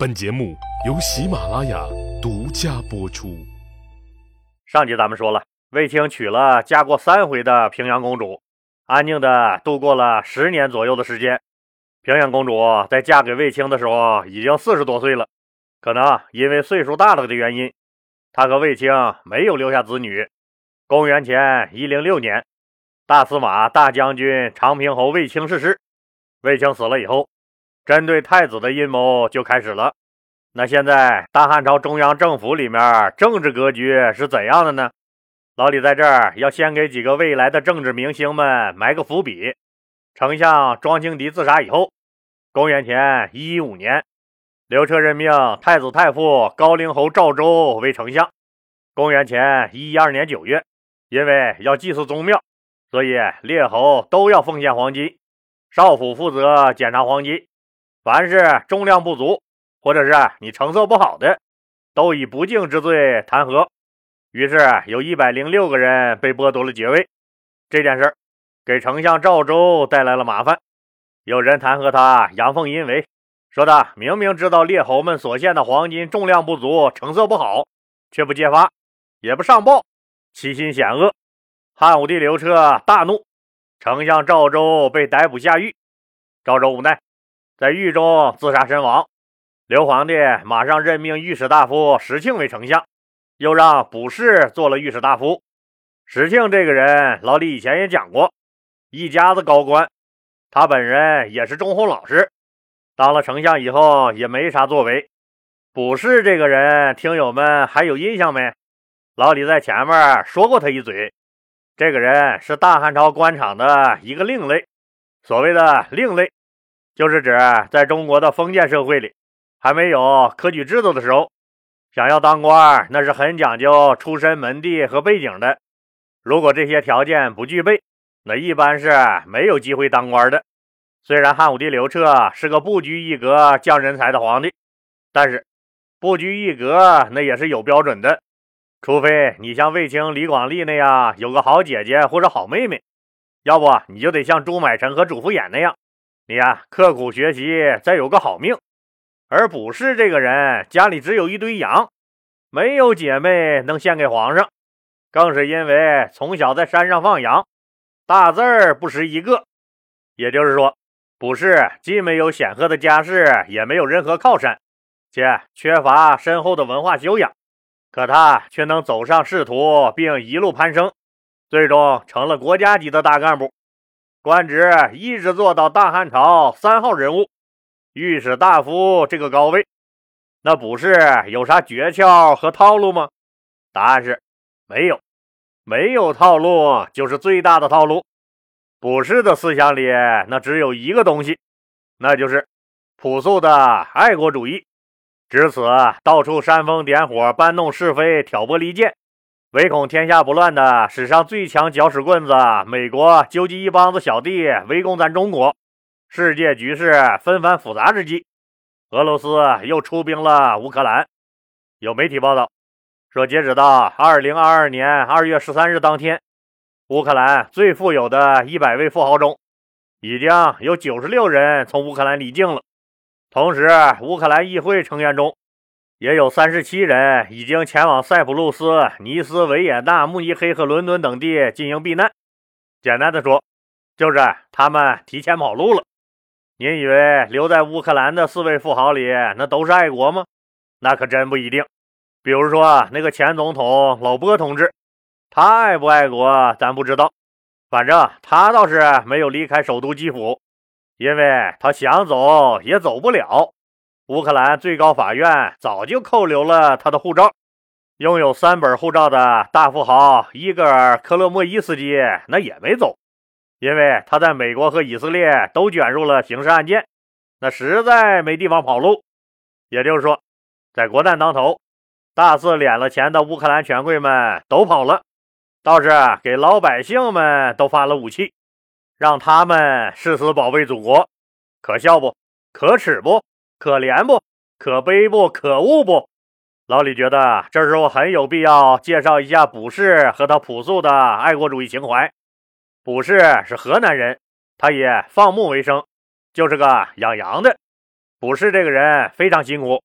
本节目由喜马拉雅独家播出。 上集咱们说了，卫青娶了嫁过3回的平阳公主，安静的度过了10年左右的时间。平阳公主在嫁给卫青的时候已经40多岁了，可能因为岁数大了的原因，她和卫青没有留下子女。公元前106年，大司马大将军长平侯卫青逝世。卫青死了以后，针对太子的阴谋就开始了。那现在大汉朝中央政府里面政治格局是怎样的呢？老李在这儿要先给几个未来的政治明星们埋个伏笔。丞相庄庆迪自杀以后，公元前115年，刘彻任命太子太傅高陵侯赵州为丞相。公元前112年9月，因为要祭祀宗庙，所以列侯都要奉献黄金，少府负责检查黄金，凡是重量不足或者是你成色不好的，都以不敬之罪弹劾。于是有106个人被剥夺了爵位。这件事给丞相赵州带来了麻烦，有人弹劾他阳奉阴违，说他明明知道列侯们所献的黄金重量不足，成色不好，却不揭发，也不上报，其心险恶。汉武帝刘彻大怒，丞相赵州被逮捕下狱。赵州无奈，在狱中自杀身亡。刘皇帝马上任命御史大夫石庆为丞相，又让卜氏做了御史大夫。石庆这个人老李以前也讲过，一家子高官，他本人也是中弘老师，当了丞相以后也没啥作为。卜氏这个人听友们还有印象没？老李在前面说过他一嘴，这个人是大汉朝官场的一个另类。所谓的另类，就是指在中国的封建社会里，还没有科举制度的时候，想要当官那是很讲究出身门第和背景的。如果这些条件不具备，那一般是没有机会当官的。虽然汉武帝刘彻是个不拘一格降人才的皇帝，但是不拘一格那也是有标准的，除非你像卫青李广利那样有个好姐姐或者好妹妹，要不你就得像朱买臣和主父偃那样，你刻苦学习再有个好命。而卜氏这个人家里只有一堆羊，没有姐妹能献给皇上，更是因为从小在山上放羊，大字儿不识一个。也就是说，卜氏既没有显赫的家世，也没有任何靠山，且缺乏深厚的文化修养，可他却能走上仕途并一路攀升，最终成了国家级的大干部，官职一直做到大汉朝3号人物御史大夫这个高位。那卜氏有啥诀窍和套路吗？答案是没有，没有套路就是最大的套路。卜氏的思想里那只有一个东西，那就是朴素的爱国主义。至此到处煽风点火，搬弄是非，挑拨离间，唯恐天下不乱的史上最强搅屎棍子美国纠集一帮子小弟围攻咱中国。世界局势纷繁复杂之际，俄罗斯又出兵了乌克兰。有媒体报道说，截止到2022年2月13日当天，乌克兰最富有的100位富豪中，已经有96人从乌克兰离境了。同时乌克兰议会成员中也有37人已经前往塞浦路斯、尼斯、维也纳、慕尼黑和伦敦等地进行避难。简单的说，就是他们提前跑路了。您以为留在乌克兰的4位富豪里那都是爱国吗？那可真不一定。比如说那个前总统老波同志，他爱不爱国咱不知道，反正他倒是没有离开首都基辅，因为他想走也走不了。乌克兰最高法院早就扣留了他的护照。拥有3本护照的大富豪伊戈尔·克勒莫伊斯基那也没走，因为他在美国和以色列都卷入了刑事案件，那实在没地方跑路。也就是说，在国难当头，大肆敛了钱的乌克兰权贵们都跑了，倒是给老百姓们都发了武器，让他们誓死保卫祖国。可笑不？可耻不？可怜不？可悲不？可恶不？老李觉得这时候很有必要介绍一下卜氏和他朴素的爱国主义情怀。卜氏是河南人，他也放牧为生，就是个养羊的。卜氏这个人非常辛苦，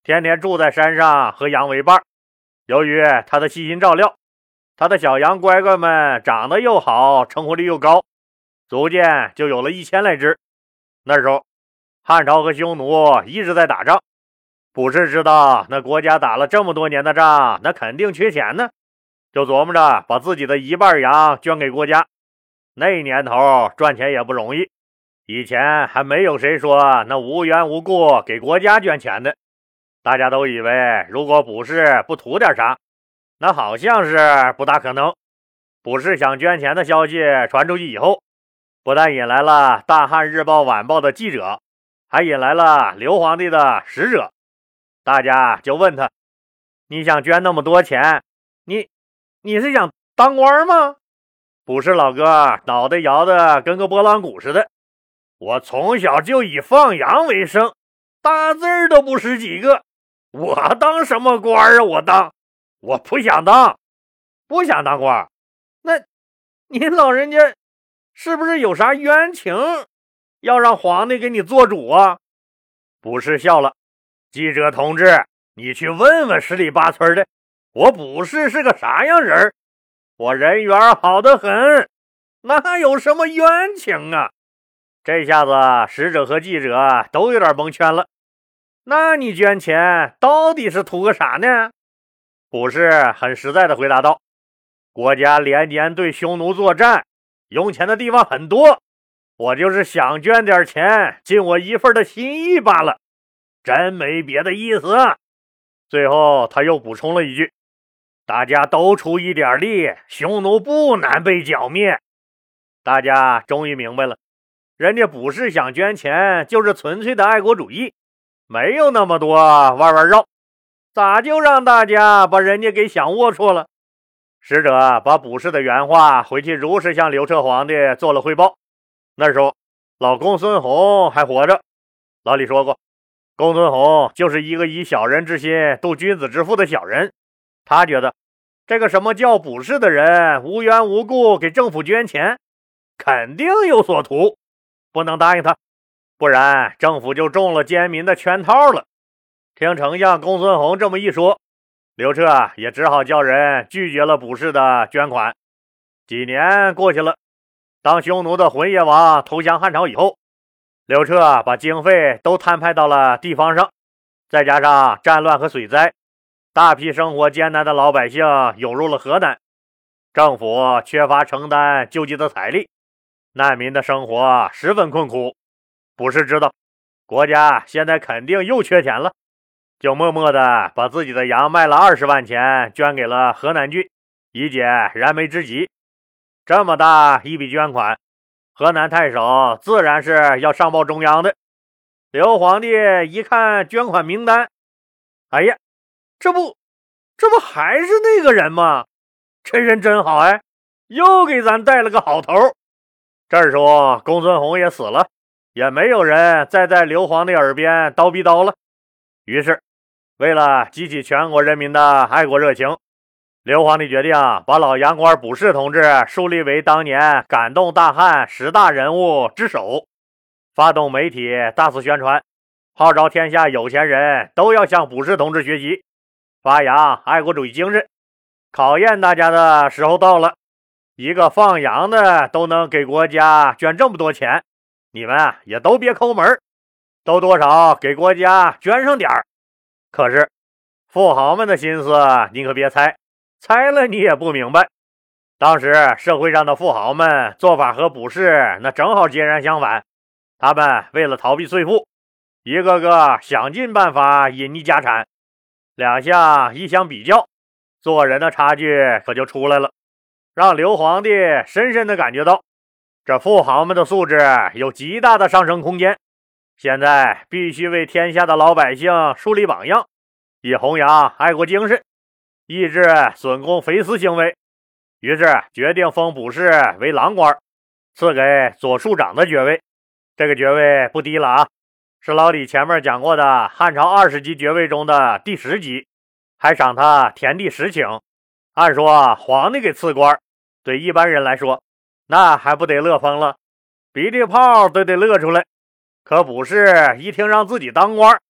天天住在山上和羊为伴。由于他的细心照料，他的小羊乖乖们长得又好，成活率又高，逐渐就有了1000来只。那时候汉朝和匈奴一直在打仗，卜士知道那国家打了这么多年的仗，那肯定缺钱呢，就琢磨着把自己的一半羊捐给国家。那年头赚钱也不容易，以前还没有谁说那无缘无故给国家捐钱的，大家都以为如果卜士不图点啥，那好像是不大可能。卜士想捐钱的消息传出去以后，不但引来了大汉日报晚报的记者，还引来了刘皇帝的使者。大家就问他，你想捐那么多钱，你是想当官吗？卜士老哥脑袋摇得跟个拨浪鼓似的，我从小就以放羊为生，大字儿都不识几个，我当什么官啊？我不想当，不想当官。那您老人家是不是有啥冤情，要让皇帝给你做主啊？卜士笑了，记者同志，你去问问十里八村的，我卜士是个啥样人？我人缘好得很，哪有什么冤情啊？这下子使者和记者都有点蒙圈了。那你捐钱到底是图个啥呢？卜士很实在的回答道，国家连年对匈奴作战，用钱的地方很多，我就是想捐点钱，尽我一份的心意罢了，真没别的意思。最后他又补充了一句，大家都出一点力，匈奴不难被剿灭。大家终于明白了，人家卜士想捐钱就是纯粹的爱国主义，没有那么多弯弯绕，咋就让大家把人家给想龌龊了？使者把卜士的原话回去如实向刘彻皇帝做了汇报。那时候老公孙弘还活着，老李说过，公孙弘就是一个以小人之心度君子之腹的小人，他觉得这个什么叫卜士的人无缘无故给政府捐钱，肯定有所图，不能答应他，不然政府就中了奸民的圈套了。听丞相公孙弘这么一说，刘彻也只好叫人拒绝了卜士的捐款。几年过去了，当匈奴的浑邪王投降汉朝以后，刘彻把经费都摊派到了地方上，再加上战乱和水灾，大批生活艰难的老百姓涌入了河南，政府缺乏承担救济的财力，难民的生活十分困苦。卜士知道国家现在肯定又缺钱了，就默默地把自己的羊卖了20万钱捐给了河南郡，以解燃眉之急。这么大一笔捐款，河南太守自然是要上报中央的。刘皇帝一看捐款名单，哎呀，这不还是那个人吗？这人真好哎，又给咱带了个好头。这时候公孙弘也死了，也没有人再在刘皇帝耳边叨逼叨了。于是为了激起全国人民的爱国热情，刘皇帝决定把老杨官卜士同志树立为当年感动大汉10大人物之首，发动媒体大肆宣传，号召天下有钱人都要向卜士同志学习，发扬爱国主义精神。考验大家的时候到了，一个放羊的都能给国家捐这么多钱，你们也都别抠门，都多少给国家捐上点儿。可是富豪们的心思你可别猜，猜了你也不明白。当时社会上的富豪们做法和卜士那正好截然相反，他们为了逃避税负，一个个想尽办法隐匿家产，两项一相比较，做人的差距可就出来了，让刘皇帝深深地感觉到这富豪们的素质有极大的上升空间，现在必须为天下的老百姓树立榜样，以弘扬爱国精神，抑制损公肥私行为。于是决定封卜士为郎官，赐给左庶长的爵位。这个爵位不低了啊，是老李前面讲过的汉朝20级爵位中的第10级，还赏他田地10顷。按说皇帝给赐官，对一般人来说那还不得乐疯了，鼻涕泡都得乐出来。可卜士一听让自己当官，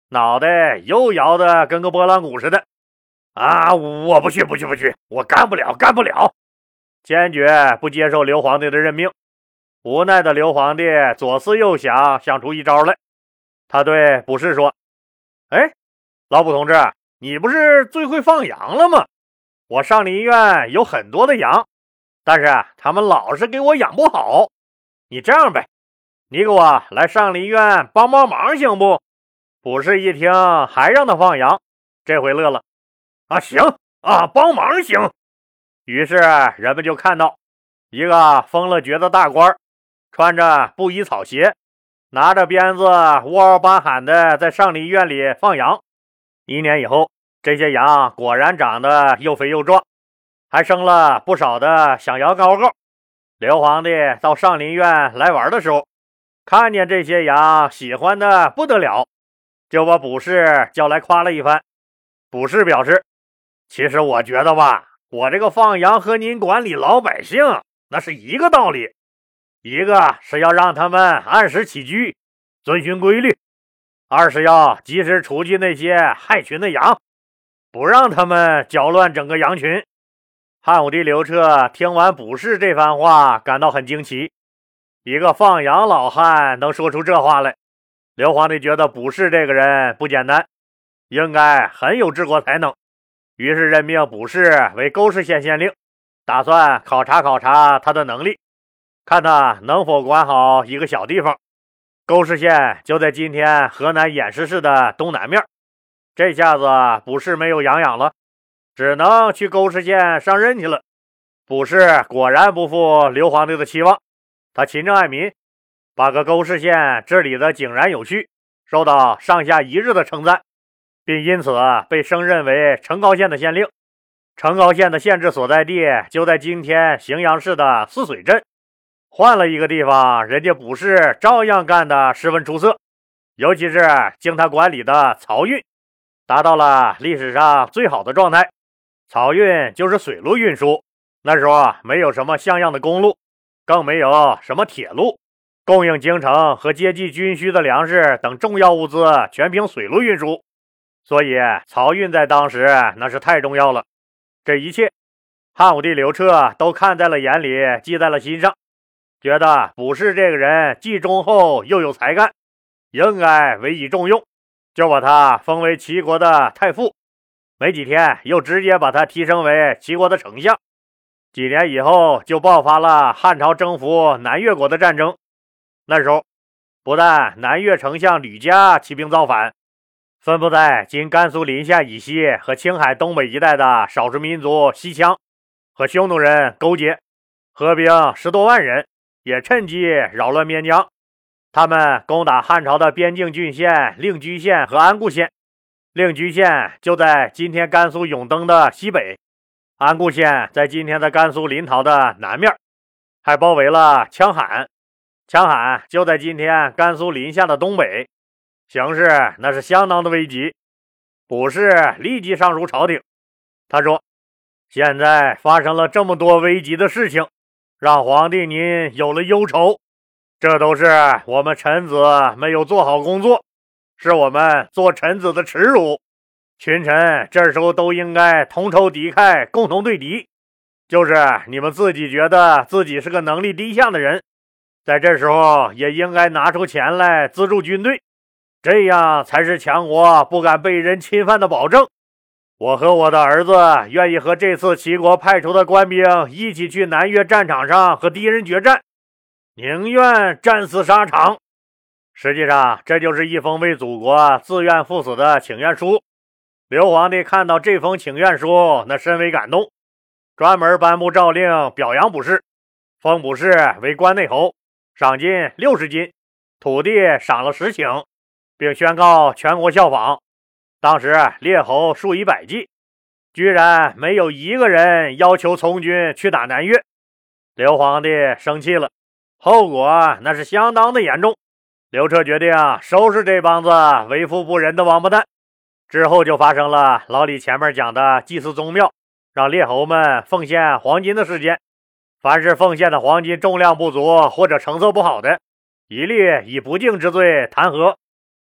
脑袋又摇得跟个拨浪鼓似的。啊，我不去，我干不了，坚决不接受刘皇帝的任命。无奈的刘皇帝左思右想，想出一招来。他对卜士说：哎，老卜同志，你不是最会放羊了吗？我上林苑有很多的羊，但是他们老是给我养不好。你这样呗，你给我来上林苑帮忙行不？卜士一听还让他放羊，这回乐了。啊，行啊，帮忙行。于是人们就看到一个封了爵的大官，穿着布衣草鞋，拿着鞭子呜嗷巴喊的在上林苑里放羊。1年以后，这些羊果然长得又肥又壮，还生了不少的小羊羔羔。刘皇帝到上林苑来玩的时候，看见这些羊喜欢的不得了，就把卜士叫来夸了一番。卜士表示，其实我觉得吧，我这个放羊和您管理老百姓那是一个道理，一个是要让他们按时起居，遵循规律，二是要及时除去那些害群的羊，不让他们搅乱整个羊群。汉武帝刘彻听完卜士这番话，感到很惊奇，一个放羊老汉能说出这话来。刘皇帝觉得卜士这个人不简单，应该很有治国才能，于是任命卜士为沟氏县县令，打算考察他的能力，看他能否管好一个小地方。沟氏县就在今天河南偃师市的东南面。这下子卜士没有羊养了，只能去沟氏县上任去了。卜士果然不负刘皇帝的期望，他勤政爱民，把个沟氏县治理得井然有序，受到上下一致的称赞，并因此被升任为成高县的县令。成高县的县治所在地就在今天荥阳市的泗水镇。换了一个地方，人家卜士照样干得十分出色，尤其是经他管理的漕运达到了历史上最好的状态。漕运就是水路运输，那时候没有什么像样的公路，更没有什么铁路，供应京城和接济军需的粮食等重要物资全凭水路运输，所以漕运在当时那是太重要了。这一切汉武帝刘彻都看在了眼里，记在了心上，觉得卜士这个人既忠厚又有才干，应该委以重用，就把他封为齐国的太傅。没几天又直接把他提升为齐国的丞相。几年以后就爆发了汉朝征服南越国的战争。那时候不但南越丞相吕嘉起兵造反，分布在今甘肃临夏以西和青海东北一带的少数民族西羌和匈奴人勾结，合兵10多万人，也趁机扰乱边疆。他们攻打汉朝的边境郡县令居县和安固县。令居县就在今天甘肃永登的西北，安固县在今天的甘肃临洮的南面，还包围了羌罕。羌罕就在今天甘肃临夏的东北，形势那是相当的危急。卜士立即上书朝廷，他说，现在发生了这么多危急的事情，让皇帝您有了忧愁，这都是我们臣子没有做好工作，是我们做臣子的耻辱。群臣这时候都应该同仇敌忾，共同对敌，就是你们自己觉得自己是个能力低下的人，在这时候也应该拿出钱来资助军队，这样才是强国不敢被人侵犯的保证。我和我的儿子愿意和这次齐国派出的官兵一起去南越战场上和敌人决战，宁愿战死沙场。实际上这就是一封为祖国自愿赴死的请愿书。刘皇帝看到这封请愿书，那深为感动，专门颁布诏令表扬卜士，封卜士为关内侯，赏金60斤，土地赏了10顷，并宣告全国效仿。当时列侯数以百计，居然没有一个人要求从军去打南越。刘皇帝生气了，后果那是相当的严重。刘彻决定收拾这帮子为富不仁的王八蛋。之后就发生了老李前面讲的祭祀宗庙，让列侯们奉献黄金的事件。凡是奉献的黄金重量不足或者成色不好的，一律以不敬之罪弹劾。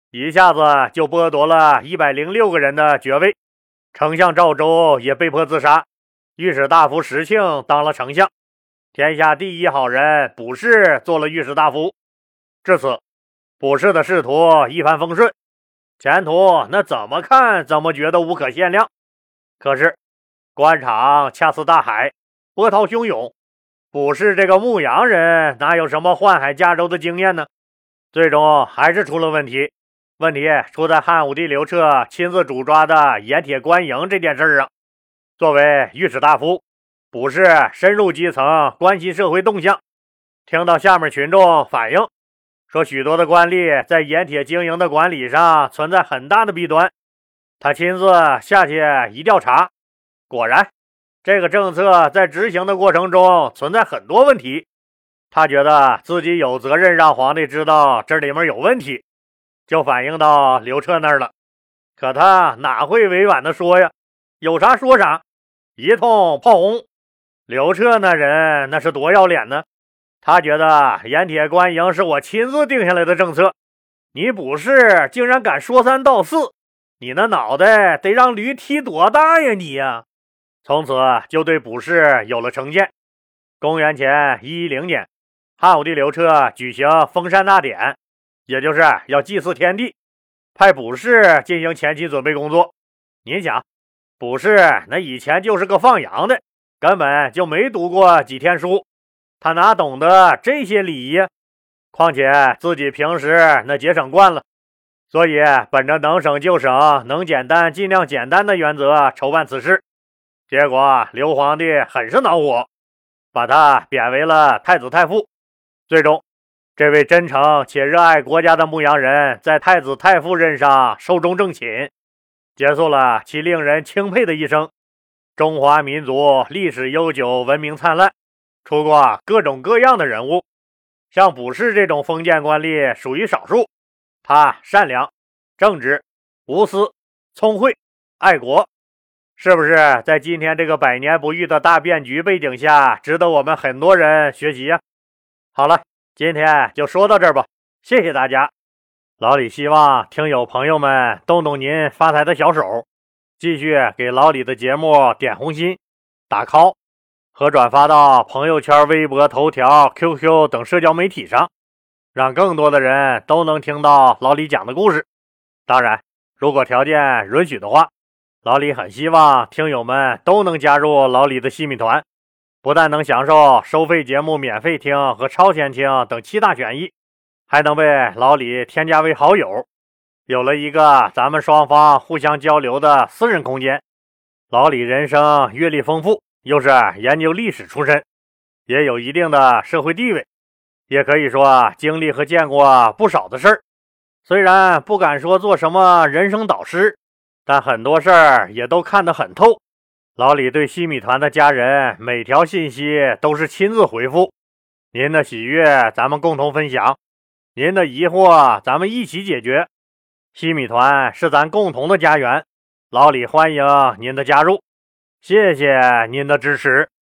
一下子就剥夺了106个人的爵位，丞相赵州也被迫自杀，御史大夫石庆当了丞相，天下第一好人卜氏做了御史大夫。至此，卜氏的仕途一帆风顺，前途那怎么看怎么觉得无可限量。可是官场恰似大海，波涛汹涌，卜氏这个牧羊人哪有什么宦海驾舟的经验呢？最终还是出了问题。问题出在汉武帝刘彻亲自主抓的盐铁官营这件事上。作为御史大夫，卜氏深入基层，关心社会动向，听到下面群众反映说许多的官吏在盐铁经营的管理上存在很大的弊端，他亲自下去一调查，果然这个政策在执行的过程中存在很多问题。他觉得自己有责任让皇帝知道这里面有问题，就反映到刘彻那儿了。可他哪会委婉的说呀，有啥说啥，一通炮轰。刘彻那人那是多要脸呢，他觉得盐铁官营是我亲自定下来的政策，你卜氏竟然敢说三道四，你那脑袋得让驴踢多大呀你呀！从此就对卜氏有了成见。公元前110年，汉武帝刘彻举行封禅大典，也就是要祭祀天地，派卜氏进行前期准备工作。您想，卜氏那以前就是个放羊的，根本就没读过几天书，他哪懂得这些礼仪？况且自己平时那节省惯了，所以本着能省就省，能简单尽量简单的原则筹办此事。结果刘皇帝很是恼火，把他贬为了太子太傅。最终，这位真诚且热爱国家的牧羊人在太子太傅任上寿终正寝，结束了其令人钦佩的一生。中华民族历史悠久，文明灿烂，出过各种各样的人物，像卜氏这种封建官吏属于少数。他善良、正直、无私、聪慧、爱国，是不是在今天这个百年不遇的大变局背景下，值得我们很多人学习呀？好了，今天就说到这儿吧，谢谢大家。老李希望听友朋友们动动您发财的小手，继续给老李的节目点红心、打 call 和转发到朋友圈、微博、头条、QQ 等社交媒体上，让更多的人都能听到老李讲的故事。当然，如果条件允许的话，老李很希望听友们都能加入老李的西米团，不但能享受收费节目免费听和超前听等7大权益，还能被老李添加为好友，有了一个咱们双方互相交流的私人空间。老李人生阅历丰富，又是研究历史出身，也有一定的社会地位，也可以说经历和见过不少的事儿。虽然不敢说做什么人生导师，但很多事儿也都看得很透。老李对西米团的家人每条信息都是亲自回复，您的喜悦咱们共同分享，您的疑惑咱们一起解决。西米团是咱共同的家园，老李欢迎您的加入，谢谢您的支持。